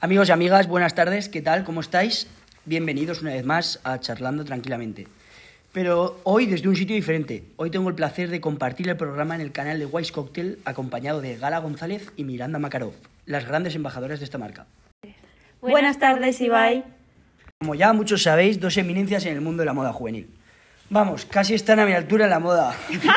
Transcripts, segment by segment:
Amigos y amigas, buenas tardes, ¿qué tal? ¿Cómo estáis? Bienvenidos una vez más a Charlando Tranquilamente. Pero hoy desde un sitio diferente. Hoy tengo el placer de compartir el programa en el canal de Wise Cocktail acompañado de Gala González y Miranda Makarov, las grandes embajadoras de esta marca. Buenas tardes, Ibai. Como ya muchos sabéis, dos eminencias en el mundo de la moda juvenil. Vamos, casi están a mi altura en la moda.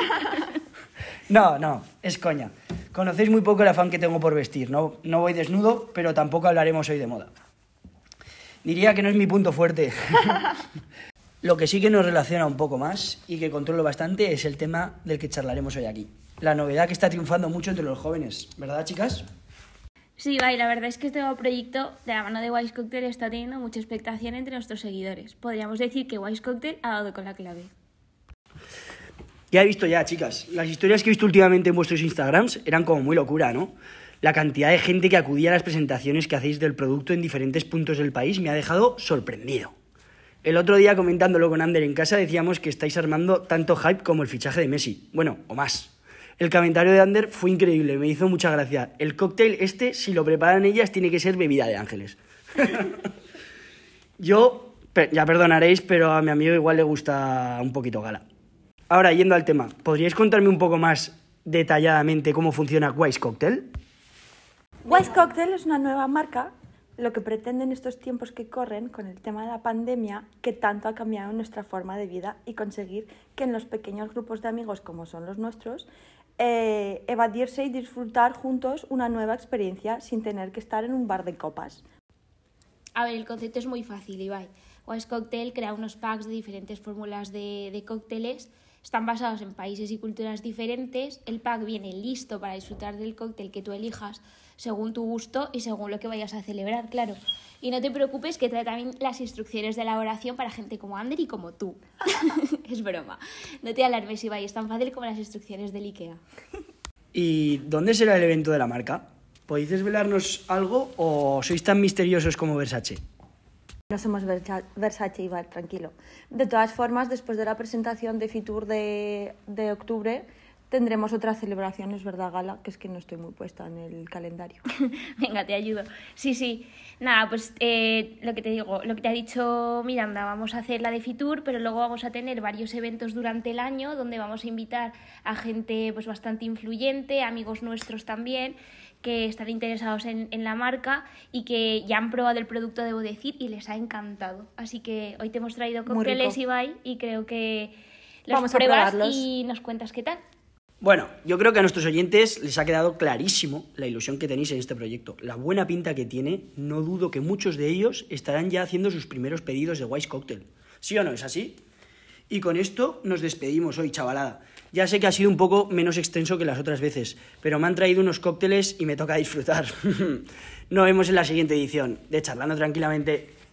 No, es coña. Conocéis muy poco el afán que tengo por vestir. No voy desnudo, pero tampoco hablaremos hoy de moda. Diría que no es mi punto fuerte. Lo que sí que nos relaciona un poco más y que controlo bastante es el tema del que charlaremos hoy aquí. La novedad que está triunfando mucho entre los jóvenes, ¿verdad, chicas? Sí, Ibai, la verdad es que este nuevo proyecto de la mano de Wise Cocktail está teniendo mucha expectación entre nuestros seguidores. Podríamos decir que Wise Cocktail ha dado con la clave. Ya he visto chicas. Las historias que he visto últimamente en vuestros Instagrams eran como muy locura, ¿no? La cantidad de gente que acudía a las presentaciones que hacéis del producto en diferentes puntos del país me ha dejado sorprendido. El otro día, comentándolo con Ander en casa, decíamos que estáis armando tanto hype como el fichaje de Messi. Bueno, o más. El comentario de Ander fue increíble, me hizo mucha gracia. El cóctel si lo preparan ellas, tiene que ser bebida de ángeles. Yo, ya perdonaréis, pero a mi amigo igual le gusta un poquito Gala. Ahora, yendo al tema, ¿podríais contarme un poco más detalladamente cómo funciona Wise Cocktail? Wise Cocktail es una nueva marca, lo que pretende en estos tiempos que corren con el tema de la pandemia, que tanto ha cambiado nuestra forma de vida y conseguir que en los pequeños grupos de amigos como son los nuestros, evadirse y disfrutar juntos una nueva experiencia sin tener que estar en un bar de copas. A ver, el concepto es muy fácil, Ibai. Wise Cocktail crea unos packs de diferentes fórmulas de cócteles. Están basados en países y culturas diferentes. El pack viene listo para disfrutar del cóctel que tú elijas según tu gusto y según lo que vayas a celebrar, claro. Y no te preocupes que trae también las instrucciones de elaboración para gente como Ander y como tú. Es broma. No te alarmes, Ibai, es tan fácil como las instrucciones del IKEA. ¿Y dónde será el evento de la marca? ¿Podéis desvelarnos algo o sois tan misteriosos como Versace? No somos Versace, Ibai, tranquilo. De todas formas, después de la presentación de Fitur de octubre, tendremos otra celebración, es verdad, Gala, que es que no estoy muy puesta en el calendario. Venga, te ayudo. Sí. Nada, pues lo que te digo, lo que te ha dicho Miranda, vamos a hacer la de Fitur, pero luego vamos a tener varios eventos durante el año donde vamos a invitar a gente pues bastante influyente, amigos nuestros también, que están interesados en la marca y que ya han probado el producto, debo decir, y les ha encantado. Así que hoy te hemos traído cócteles, Ibai, y creo que los pruebas y nos cuentas qué tal. Bueno, yo creo que a nuestros oyentes les ha quedado clarísimo la ilusión que tenéis en este proyecto. La buena pinta que tiene, no dudo que muchos de ellos estarán ya haciendo sus primeros pedidos de Wise Cocktail. ¿Sí o no es así? Y con esto nos despedimos hoy, chavalada. Ya sé que ha sido un poco menos extenso que las otras veces, pero me han traído unos cócteles y me toca disfrutar. Nos vemos en la siguiente edición de Charlando Tranquilamente.